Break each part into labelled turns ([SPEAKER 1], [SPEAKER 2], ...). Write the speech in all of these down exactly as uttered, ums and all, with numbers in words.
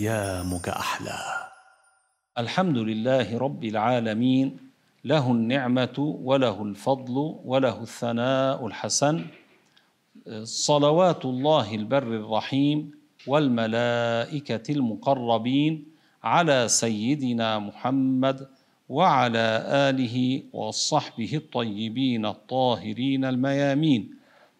[SPEAKER 1] أيامك أحلى.
[SPEAKER 2] الحمد لله رب العالمين، له النعمة وله الفضل وله الثناء الحسن، صلوات الله البر الرحيم والملائكة المقربين على سيدنا محمد وعلى آله وصحبه الطيبين الطاهرين الميامين.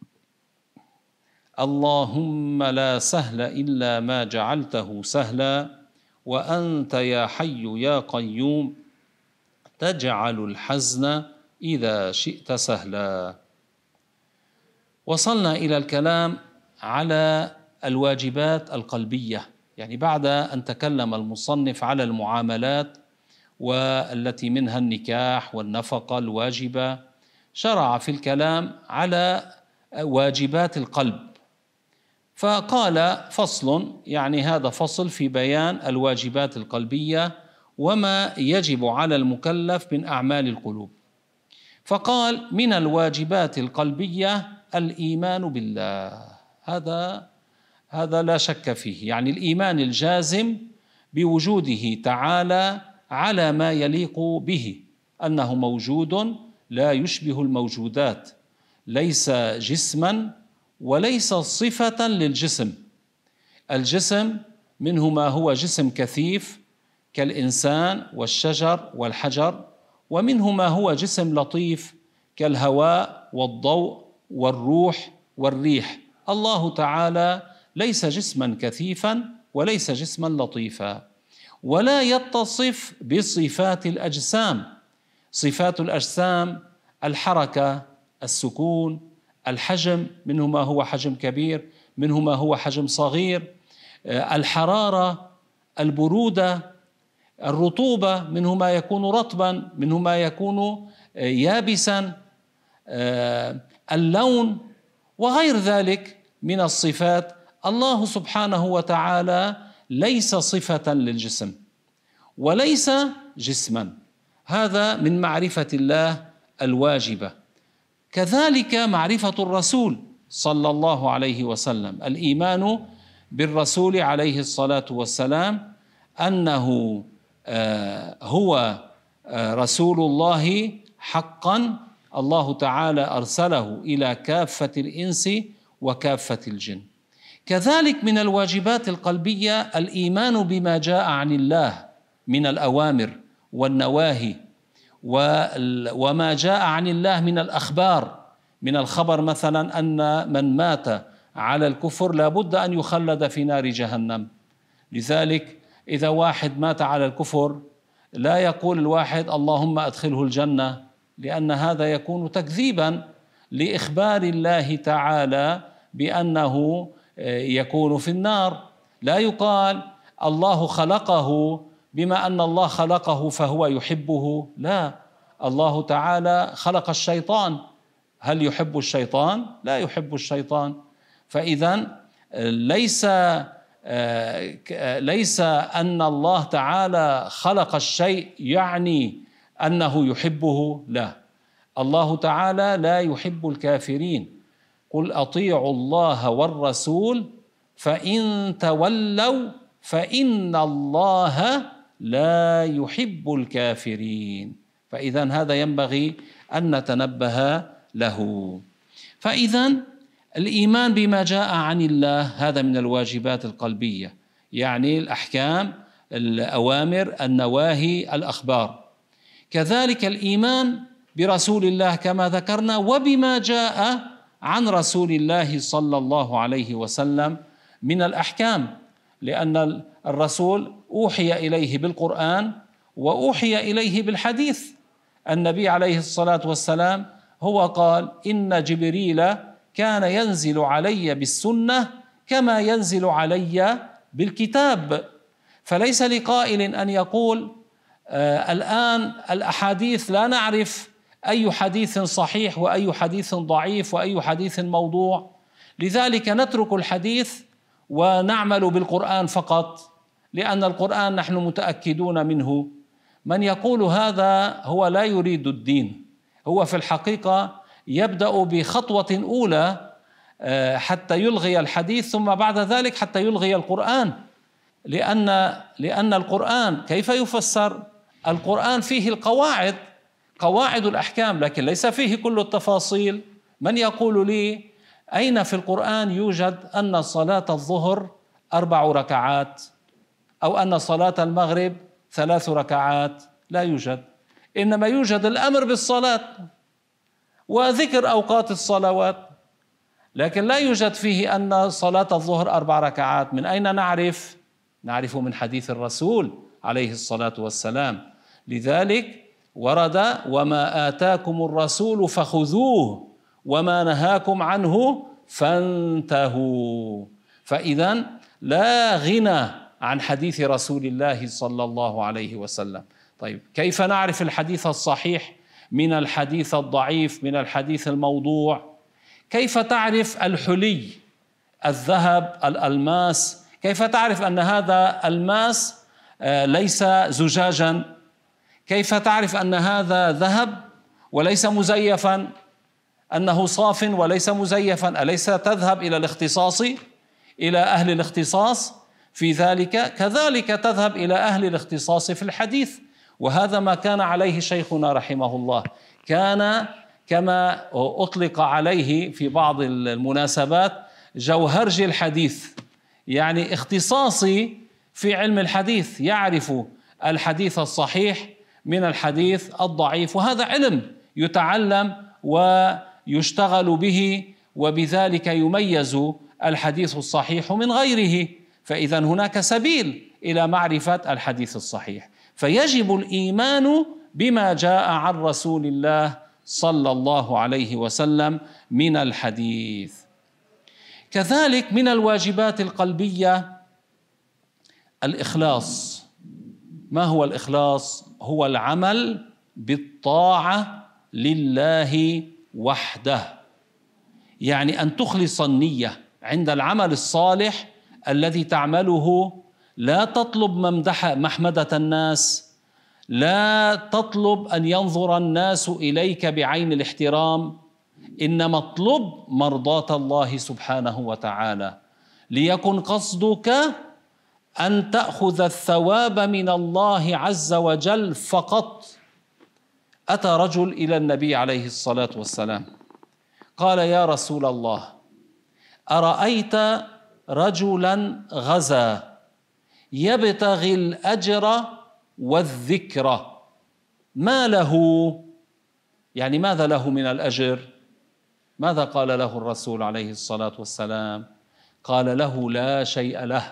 [SPEAKER 2] اللهم لا سهل إلا ما جعلته سهلا، وأنت يا حي يا قيوم تجعل الحزن إذا شئت سهلا. وصلنا إلى الكلام على الواجبات القلبية، يعني بعد أن تكلم المصنف على المعاملات والتي منها النكاح والنفقة الواجبة، شرع في الكلام على واجبات القلب، فقال فصل، يعني هذا فصل في بيان الواجبات القلبية وما يجب على المكلف من أعمال القلوب. فقال من الواجبات القلبية الإيمان بالله، هذا هذا لا شك فيه، يعني الإيمان الجازم بوجوده تعالى على ما يليق به، أنه موجود لا يشبه الموجودات، ليس جسما وليس صفة للجسم. الجسم منه ما هو جسم كثيف كالإنسان والشجر والحجر، ومنه ما هو جسم لطيف كالهواء والضوء والروح والريح. الله تعالى ليس جسما كثيفا وليس جسما لطيفا، ولا يتصف بصفات الأجسام. صفات الأجسام الحركة، السكون، الحجم، منه ما هو حجم كبير منه ما هو حجم صغير، الحرارة، البرودة، الرطوبة، منه ما يكون رطبا منه ما يكون يابسا، اللون وغير ذلك من الصفات. الله سبحانه وتعالى ليس صفة للجسم وليس جسما، هذا من معرفة الله الواجبة. كذلك معرفة الرسول صلى الله عليه وسلم، الإيمان بالرسول عليه الصلاة والسلام أنه هو رسول الله حقا، الله تعالى أرسله إلى كافة الإنس وكافة الجن. كذلك من الواجبات القلبية الإيمان بما جاء عن الله من الأوامر والنواهي، وما جاء عن الله من الأخبار، من الخبر مثلا أن من مات على الكفر لا بد أن يخلد في نار جهنم. لذلك إذا واحد مات على الكفر لا يقول الواحد اللهم أدخله الجنة، لأن هذا يكون تكذيبا لإخبار الله تعالى بأنه يكون في النار. لا يقال الله خلقه بما أن الله خلقه فهو يحبه، لا، الله تعالى خلق الشيطان، هل يحب الشيطان؟ لا يحب الشيطان. فإذا ليس ليس أن الله تعالى خلق الشيء يعني أنه يحبه، لا، الله تعالى لا يحب الكافرين. قل أطيعوا الله والرسول فإن تولوا فإن الله لا يحب الكافرين. فإذا هذا ينبغي أن نتنبه له. فإذا الإيمان بما جاء عن الله هذا من الواجبات القلبية، يعني الأحكام، الأوامر، النواهي، الأخبار. كذلك الإيمان برسول الله كما ذكرنا وبما جاء عن رسول الله صلى الله عليه وسلم من الأحكام، لأن الرسول أوحي إليه بالقرآن وأوحي إليه بالحديث. النبي عليه الصلاة والسلام هو قال إن جبريل كان ينزل علي بالسنة كما ينزل علي بالكتاب. فليس لقائل أن يقول آه الآن الأحاديث لا نعرف أي حديث صحيح وأي حديث ضعيف وأي حديث موضوع، لذلك نترك الحديث ونعمل بالقرآن فقط، لأن القرآن نحن متأكدون منه. من يقول هذا هو لا يريد الدين، هو في الحقيقة يبدأ بخطوة أولى حتى يلغي الحديث، ثم بعد ذلك حتى يلغي القرآن. لأن لأن القرآن كيف يفسر؟ القرآن فيه القواعد، قواعد الأحكام، لكن ليس فيه كل التفاصيل. من يقول لي أين في القرآن يوجد أن صلاة الظهر أربع ركعات أو أن صلاة المغرب ثلاث ركعات؟ لا يوجد، إنما يوجد الأمر بالصلاة وذكر أوقات الصلوات، لكن لا يوجد فيه أن صلاة الظهر أربع ركعات. من أين نعرف؟ نعرف من حديث الرسول عليه الصلاة والسلام. لذلك ورد: وما آتاكم الرسول فخذوه وما نهاكم عنه فانتهوا. فإذا لا غنى عن حديث رسول الله صلى الله عليه وسلم. طيب، كيف نعرف الحديث الصحيح من الحديث الضعيف، من الحديث الموضوع؟ كيف تعرف الحلي، الذهب، الألماس؟ كيف تعرف أن هذا الماس ليس زجاجا؟ كيف تعرف أن هذا ذهب وليس مزيفا، أنه صاف وليس مزيفا؟ أليس تذهب إلى الاختصاص، إلى أهل الاختصاص في ذلك؟ كذلك تذهب إلى أهل الاختصاص في الحديث. وهذا ما كان عليه شيخنا رحمه الله، كان كما أطلق عليه في بعض المناسبات جوهرجي الحديث، يعني اختصاصي في علم الحديث، يعرف الحديث الصحيح من الحديث الضعيف، وهذا علم يتعلم ويشتغل به، وبذلك يميز الحديث الصحيح من غيره. فإذا هناك سبيل إلى معرفة الحديث الصحيح، فيجب الإيمان بما جاء عن رسول الله صلى الله عليه وسلم من الحديث. كذلك من الواجبات القلبية الإخلاص. ما هو الإخلاص؟ هو العمل بالطاعة لله وحده، يعني أن تخلص النية عند العمل الصالح الذي تعمله، لا تطلب ممدح محمدة الناس، لا تطلب أن ينظر الناس إليك بعين الاحترام، إنما اطلب مرضاة الله سبحانه وتعالى، ليكن قصدك أن تأخذ الثواب من الله عز وجل فقط. أتى رجل إلى النبي عليه الصلاة والسلام قال: يا رسول الله، أرأيت رجلا غزا يبتغي الأجر والذكر، ما له؟ يعني ماذا له من الأجر؟ ماذا قال له الرسول عليه الصلاة والسلام؟ قال له: لا شيء له.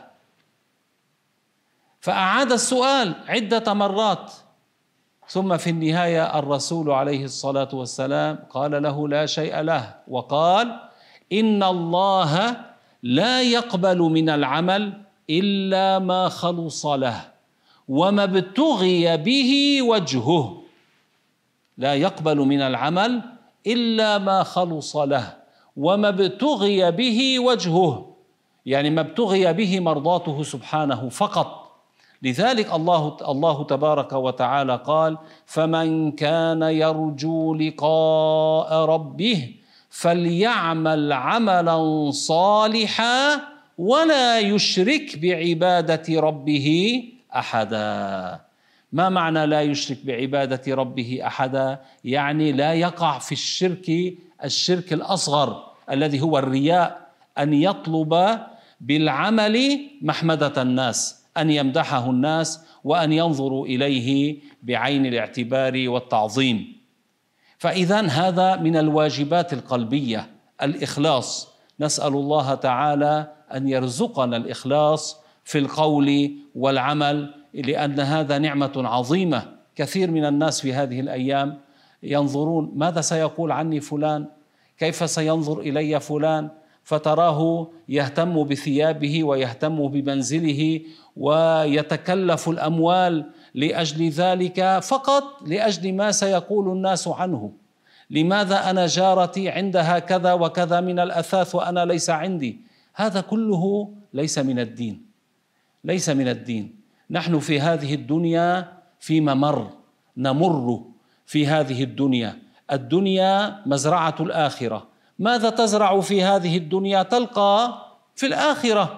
[SPEAKER 2] فأعاد السؤال عدة مرات، ثم في النهاية الرسول عليه الصلاة والسلام قال له: لا شيء له، وقال: إن الله لا يقبل من العمل إلا ما خلص له وما ابتغي به وجهه. لا يقبل من العمل إلا ما خلص له وما ابتغي به وجهه، يعني ما ابتغي به مرضاته سبحانه فقط. لذلك الله الله تبارك وتعالى قال: فمن كان يرجو لقاء ربه فليعمل عملا صالحا ولا يشرك بعبادة ربه أحدا. ما معنى لا يشرك بعبادة ربه أحدا؟ يعني لا يقع في الشرك الشرك الأصغر الذي هو الرياء، أن يطلب بالعمل محمدة الناس، أن يمدحه الناس وأن ينظروا إليه بعين الاعتبار والتعظيم. فإذا هذا من الواجبات القلبية الإخلاص. نسأل الله تعالى أن يرزقنا الإخلاص في القول والعمل، لأن هذا نعمة عظيمة. كثير من الناس في هذه الأيام ينظرون: ماذا سيقول عني فلان؟ كيف سينظر إلي فلان؟ فتراه يهتم بثيابه ويهتم بمنزله ويتكلف الأموال لأجل ذلك، فقط لأجل ما سيقول الناس عنه. لماذا أنا جارتي عندها كذا وكذا من الأثاث وأنا ليس عندي؟ هذا كله ليس من الدين، ليس من الدين. نحن في هذه الدنيا في ممر، نمر في هذه الدنيا. الدنيا مزرعة الآخرة. ماذا تزرع في هذه الدنيا تلقى في الآخرة.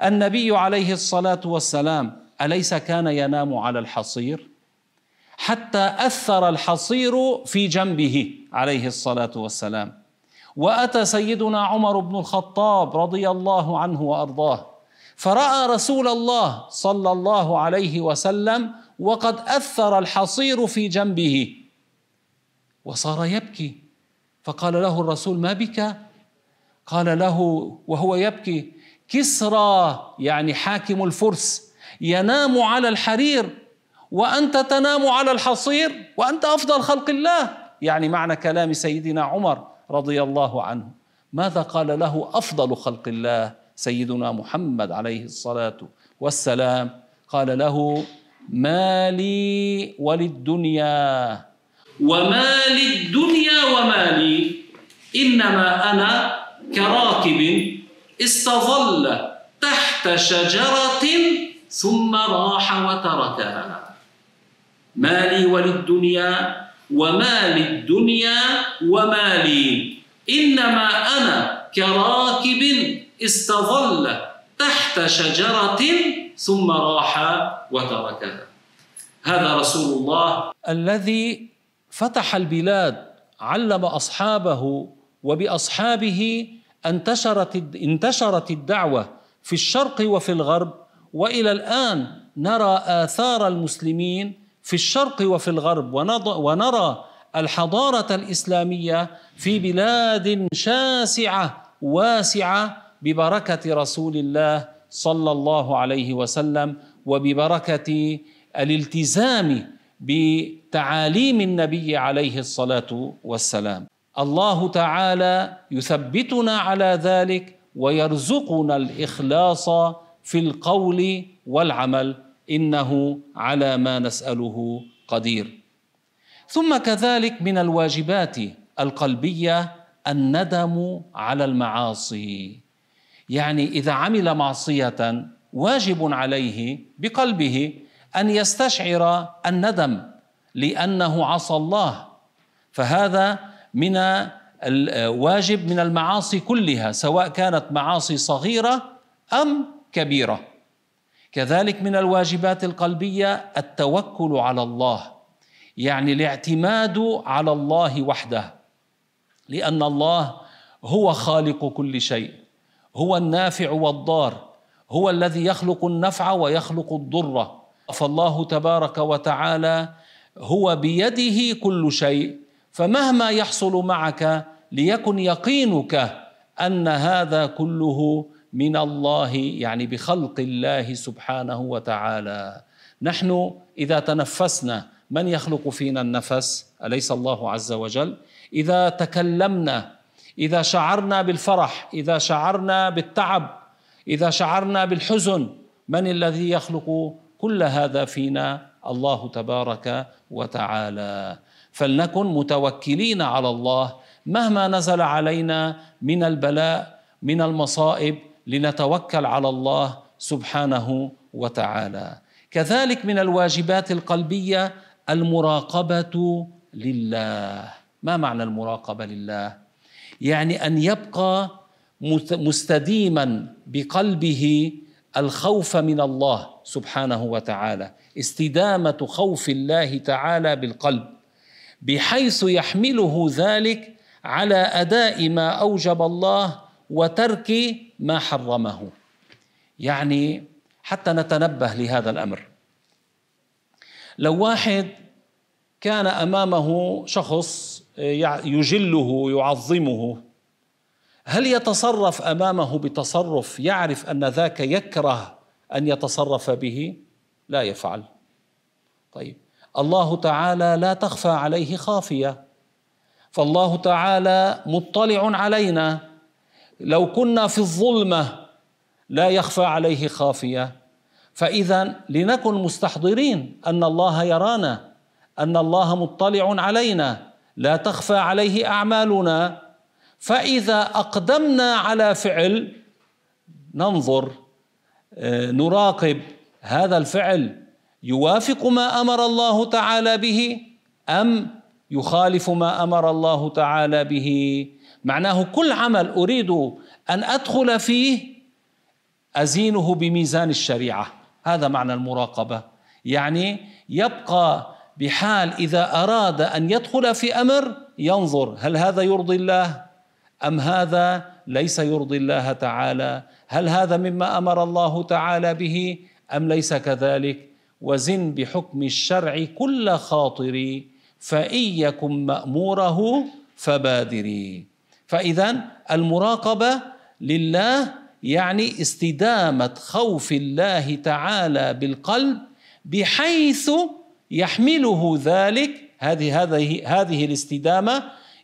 [SPEAKER 2] النبي عليه الصلاة والسلام أليس كان ينام على الحصير حتى أثر الحصير في جنبه عليه الصلاة والسلام؟ وأتى سيدنا عمر بن الخطاب رضي الله عنه وأرضاه فرأى رسول الله صلى الله عليه وسلم وقد أثر الحصير في جنبه وصار يبكي، فقال له الرسول: ما بك؟ قال له وهو يبكي: كسرى يعني حاكم الفرس ينام على الحرير وأنت تنام على الحصير وأنت أفضل خلق الله. يعني معنى كلام سيدنا عمر رضي الله عنه ماذا قال له أفضل خلق الله سيدنا محمد عليه الصلاة والسلام؟ قال له: ما لي وللدنيا وما للدنيا وما لي، إنما أنا كراكب استظل تحت شجرة ثم راح وتركها. ما لي وللدنيا وما للدنيا وما لي، إنما أنا كراكب استظل تحت شجرة ثم راح وتركها. هذا رسول الله الذي فتح البلاد، علم أصحابه وبأصحابه انتشرت انتشرت الدعوة في الشرق وفي الغرب، وإلى الآن نرى آثار المسلمين في الشرق وفي الغرب، ونرى الحضارة الإسلامية في بلاد شاسعة واسعة ببركة رسول الله صلى الله عليه وسلم وببركة الالتزام بتعاليم النبي عليه الصلاة والسلام. الله تعالى يثبتنا على ذلك ويرزقنا الإخلاص في القول والعمل، إنه على ما نسأله قدير. ثم كذلك من الواجبات القلبية الندم على المعاصي، يعني إذا عمل معصية واجب عليه بقلبه أن يستشعر الندم لأنه عصى الله، فهذا من الواجب من المعاصي كلها سواء كانت معاصي صغيرة أم كبيرة. كذلك من الواجبات القلبية التوكل على الله، يعني الاعتماد على الله وحده، لأن الله هو خالق كل شيء، هو النافع والضار، هو الذي يخلق النفع ويخلق الضر، فالله تبارك وتعالى هو بيده كل شيء، فمهما يحصل معك ليكن يقينك أن هذا كله من الله، يعني بخلق الله سبحانه وتعالى. نحن إذا تنفسنا من يخلق فينا النفس؟ أليس الله عز وجل؟ إذا تكلمنا، إذا شعرنا بالفرح، إذا شعرنا بالتعب، إذا شعرنا بالحزن، من الذي يخلق كل هذا فينا؟ الله تبارك وتعالى. فلنكن متوكلين على الله مهما نزل علينا من البلاء من المصائب، لنتوكل على الله سبحانه وتعالى. كذلك من الواجبات القلبية المراقبة لله. ما معنى المراقبة لله؟ يعني أن يبقى مستديما بقلبه الخوف من الله سبحانه وتعالى، استدامة خوف الله تعالى بالقلب، بحيث يحمله ذلك على أداء ما أوجب الله وترك ما حرمه. يعني حتى نتنبه لهذا الأمر، لو واحد كان أمامه شخص يجله يعظمه، هل يتصرف أمامه بتصرف يعرف أن ذاك يكره أن يتصرف به؟ لا يفعل. طيب، الله تعالى لا تخفى عليه خافية، فالله تعالى مطلع علينا، لو كنا في الظلمة لا يخفى عليه خافية، فإذا لنكن مستحضرين أن الله يرانا، أن الله مطلع علينا، لا تخفى عليه أعمالنا. فإذا أقدمنا على فعل ننظر نراقب هذا الفعل يوافق ما أمر الله تعالى به أم يخالف ما أمر الله تعالى به. معناه كل عمل أريد أن أدخل فيه أزينه بميزان الشريعة. هذا معنى المراقبة، يعني يبقى بحال إذا أراد أن يدخل في أمر ينظر هل هذا يرضي الله أم هذا ليس يرضي الله تعالى، هل هذا مما أمر الله تعالى به أم ليس كذلك. وزن بحكم الشرع كل خاطري فإن يكن مأموره فبادري. فإذن المراقبة لله يعني استدامة خوف الله تعالى بالقلب بحيث يحمله ذلك، هذه هذه هذه الاستدامة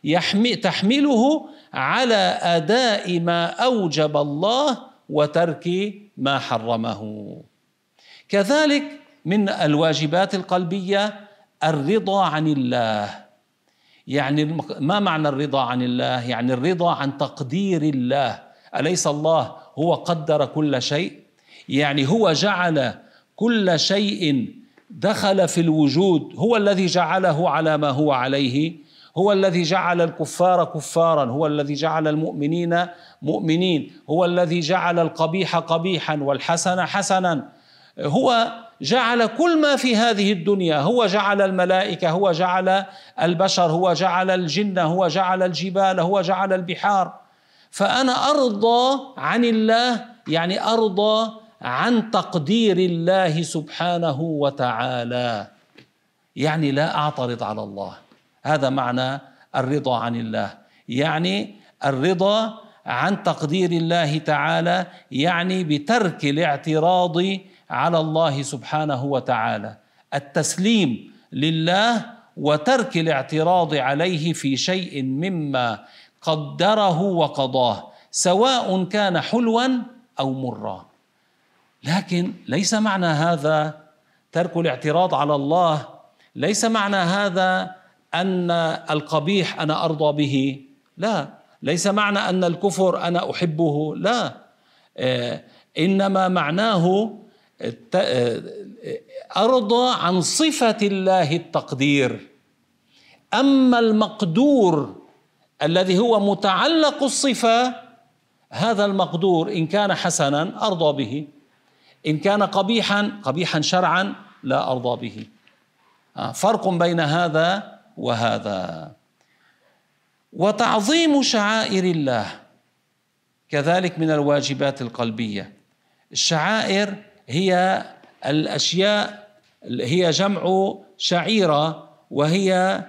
[SPEAKER 2] تحمله على أداء ما أوجب الله وترك ما حرمه. كذلك من الواجبات القلبية الرضا عن الله. يعني ما معنى الرضا عن الله؟ يعني الرضا عن تقدير الله. أليس الله هو قدر كل شيء؟ يعني هو جعل كل شيء دخل في الوجود، هو الذي جعله على ما هو عليه، هو الذي جعل الكفار كفارا، هو الذي جعل المؤمنين مؤمنين، هو الذي جعل القبيح قبيحا والحسن حسنا، هو جعل كل ما في هذه الدنيا، هو جعل الملائكة، هو جعل البشر، هو جعل الجن، هو جعل الجبال، هو جعل البحار. فأنا أرضى عن الله يعني أرضى عن تقدير الله سبحانه وتعالى، يعني لا أعترض على الله. هذا معنى الرضا عن الله، يعني الرضا عن تقدير الله تعالى، يعني بترك الاعتراض على الله سبحانه وتعالى، التسليم لله وترك الاعتراض عليه في شيء مما قدره وقضاه، سواء كان حلوا أو مرا. لكن ليس معنى هذا ترك الاعتراض على الله، ليس معنى هذا أن القبيح أنا أرضى به، لا، ليس معنى أن الكفر أنا أحبه، لا، إنما معناه أرضى عن صفة الله التقدير. أما المقدور الذي هو متعلق الصفة، هذا المقدور إن كان حسنا أرضى به، إن كان قبيحا قبيحا شرعا لا أرضى به. فرق بين هذا وهذا. وتعظيم شعائر الله كذلك من الواجبات القلبية. الشعائر هي الأشياء، هي جمع شعيرة، وهي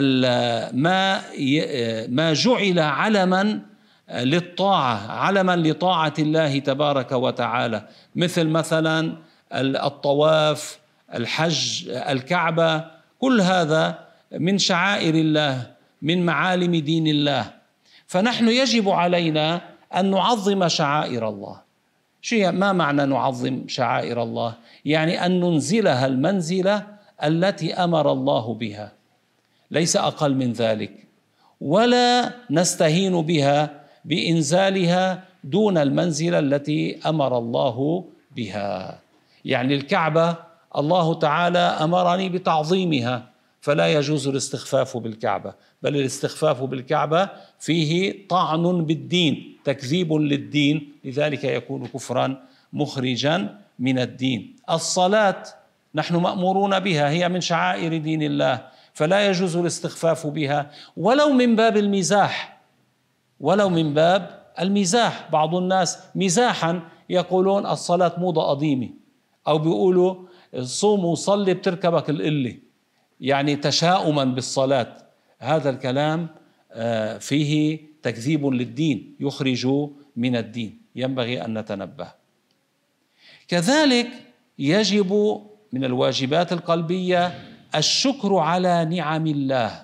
[SPEAKER 2] ما ما جعل علما للطاعة، علما لطاعة الله تبارك وتعالى، مثل مثلا الطواف، الحج، الكعبة، كل هذا من شعائر الله، من معالم دين الله. فنحن يجب علينا أن نعظم شعائر الله. شيء ما معنى نعظم شعائر الله؟ يعني أن ننزلها المنزلة التي أمر الله بها، ليس أقل من ذلك، ولا نستهين بها بإنزالها دون المنزلة التي أمر الله بها. يعني الكعبة الله تعالى أمرني بتعظيمها، فلا يجوز الاستخفاف بالكعبة، بل الاستخفاف بالكعبة فيه طعن بالدين، تكذيب للدين، لذلك يكون كفرا مخرجا من الدين. الصلاة نحن مأمورون بها، هي من شعائر دين الله، فلا يجوز الاستخفاف بها ولو من باب المزاح، ولو من باب المزاح. بعض الناس مزاحا يقولون الصلاة موضة قديمة، أو بيقولوا صوم وصلي بتركبك القلة، يعني تشاؤما بالصلاة. هذا الكلام فيه تكذيب للدين، يخرج من الدين، ينبغي أن نتنبه. كذلك يجب من الواجبات القلبية الشكر على نعم الله.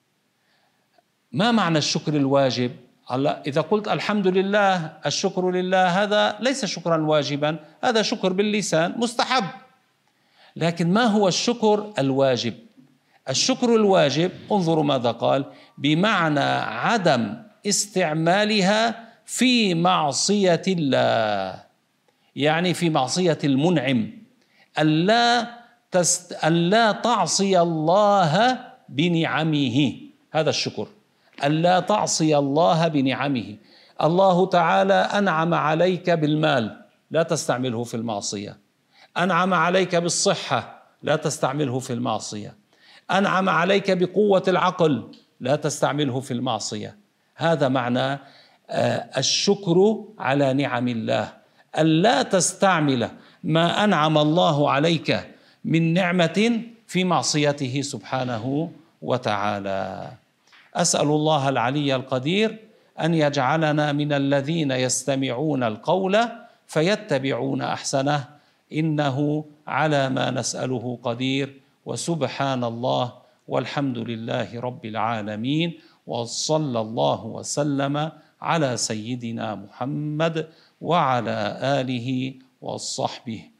[SPEAKER 2] ما معنى الشكر الواجب؟ إذا قلت الحمد لله، الشكر لله، هذا ليس شكرا واجبا، هذا شكر باللسان مستحب. لكن ما هو الشكر الواجب؟ الشكر الواجب انظروا ماذا قال: بمعنى عدم استعمالها في معصية الله، يعني في معصية المنعم، ألا تست... ألا تعصي الله بنعمه، هذا الشكر، ألا تعصي الله بنعمه. الله تعالى أنعم عليك بالمال، لا تستعمله في المعصية. أنعم عليك بالصحة، لا تستعمله في المعصية. أنعم عليك بقوة العقل، لا تستعمله في المعصية. هذا معنى الشكر على نعم الله، ألا تستعمل ما أنعم الله عليك من نعمة في معصيته سبحانه وتعالى. أسأل الله العلي القدير أن يجعلنا من الذين يستمعون القول فيتبعون أحسنه، إنه على ما نسأله قدير. وسبحان الله والحمد لله رب العالمين، وصلى الله وسلم على سيدنا محمد وعلى آله وصحبه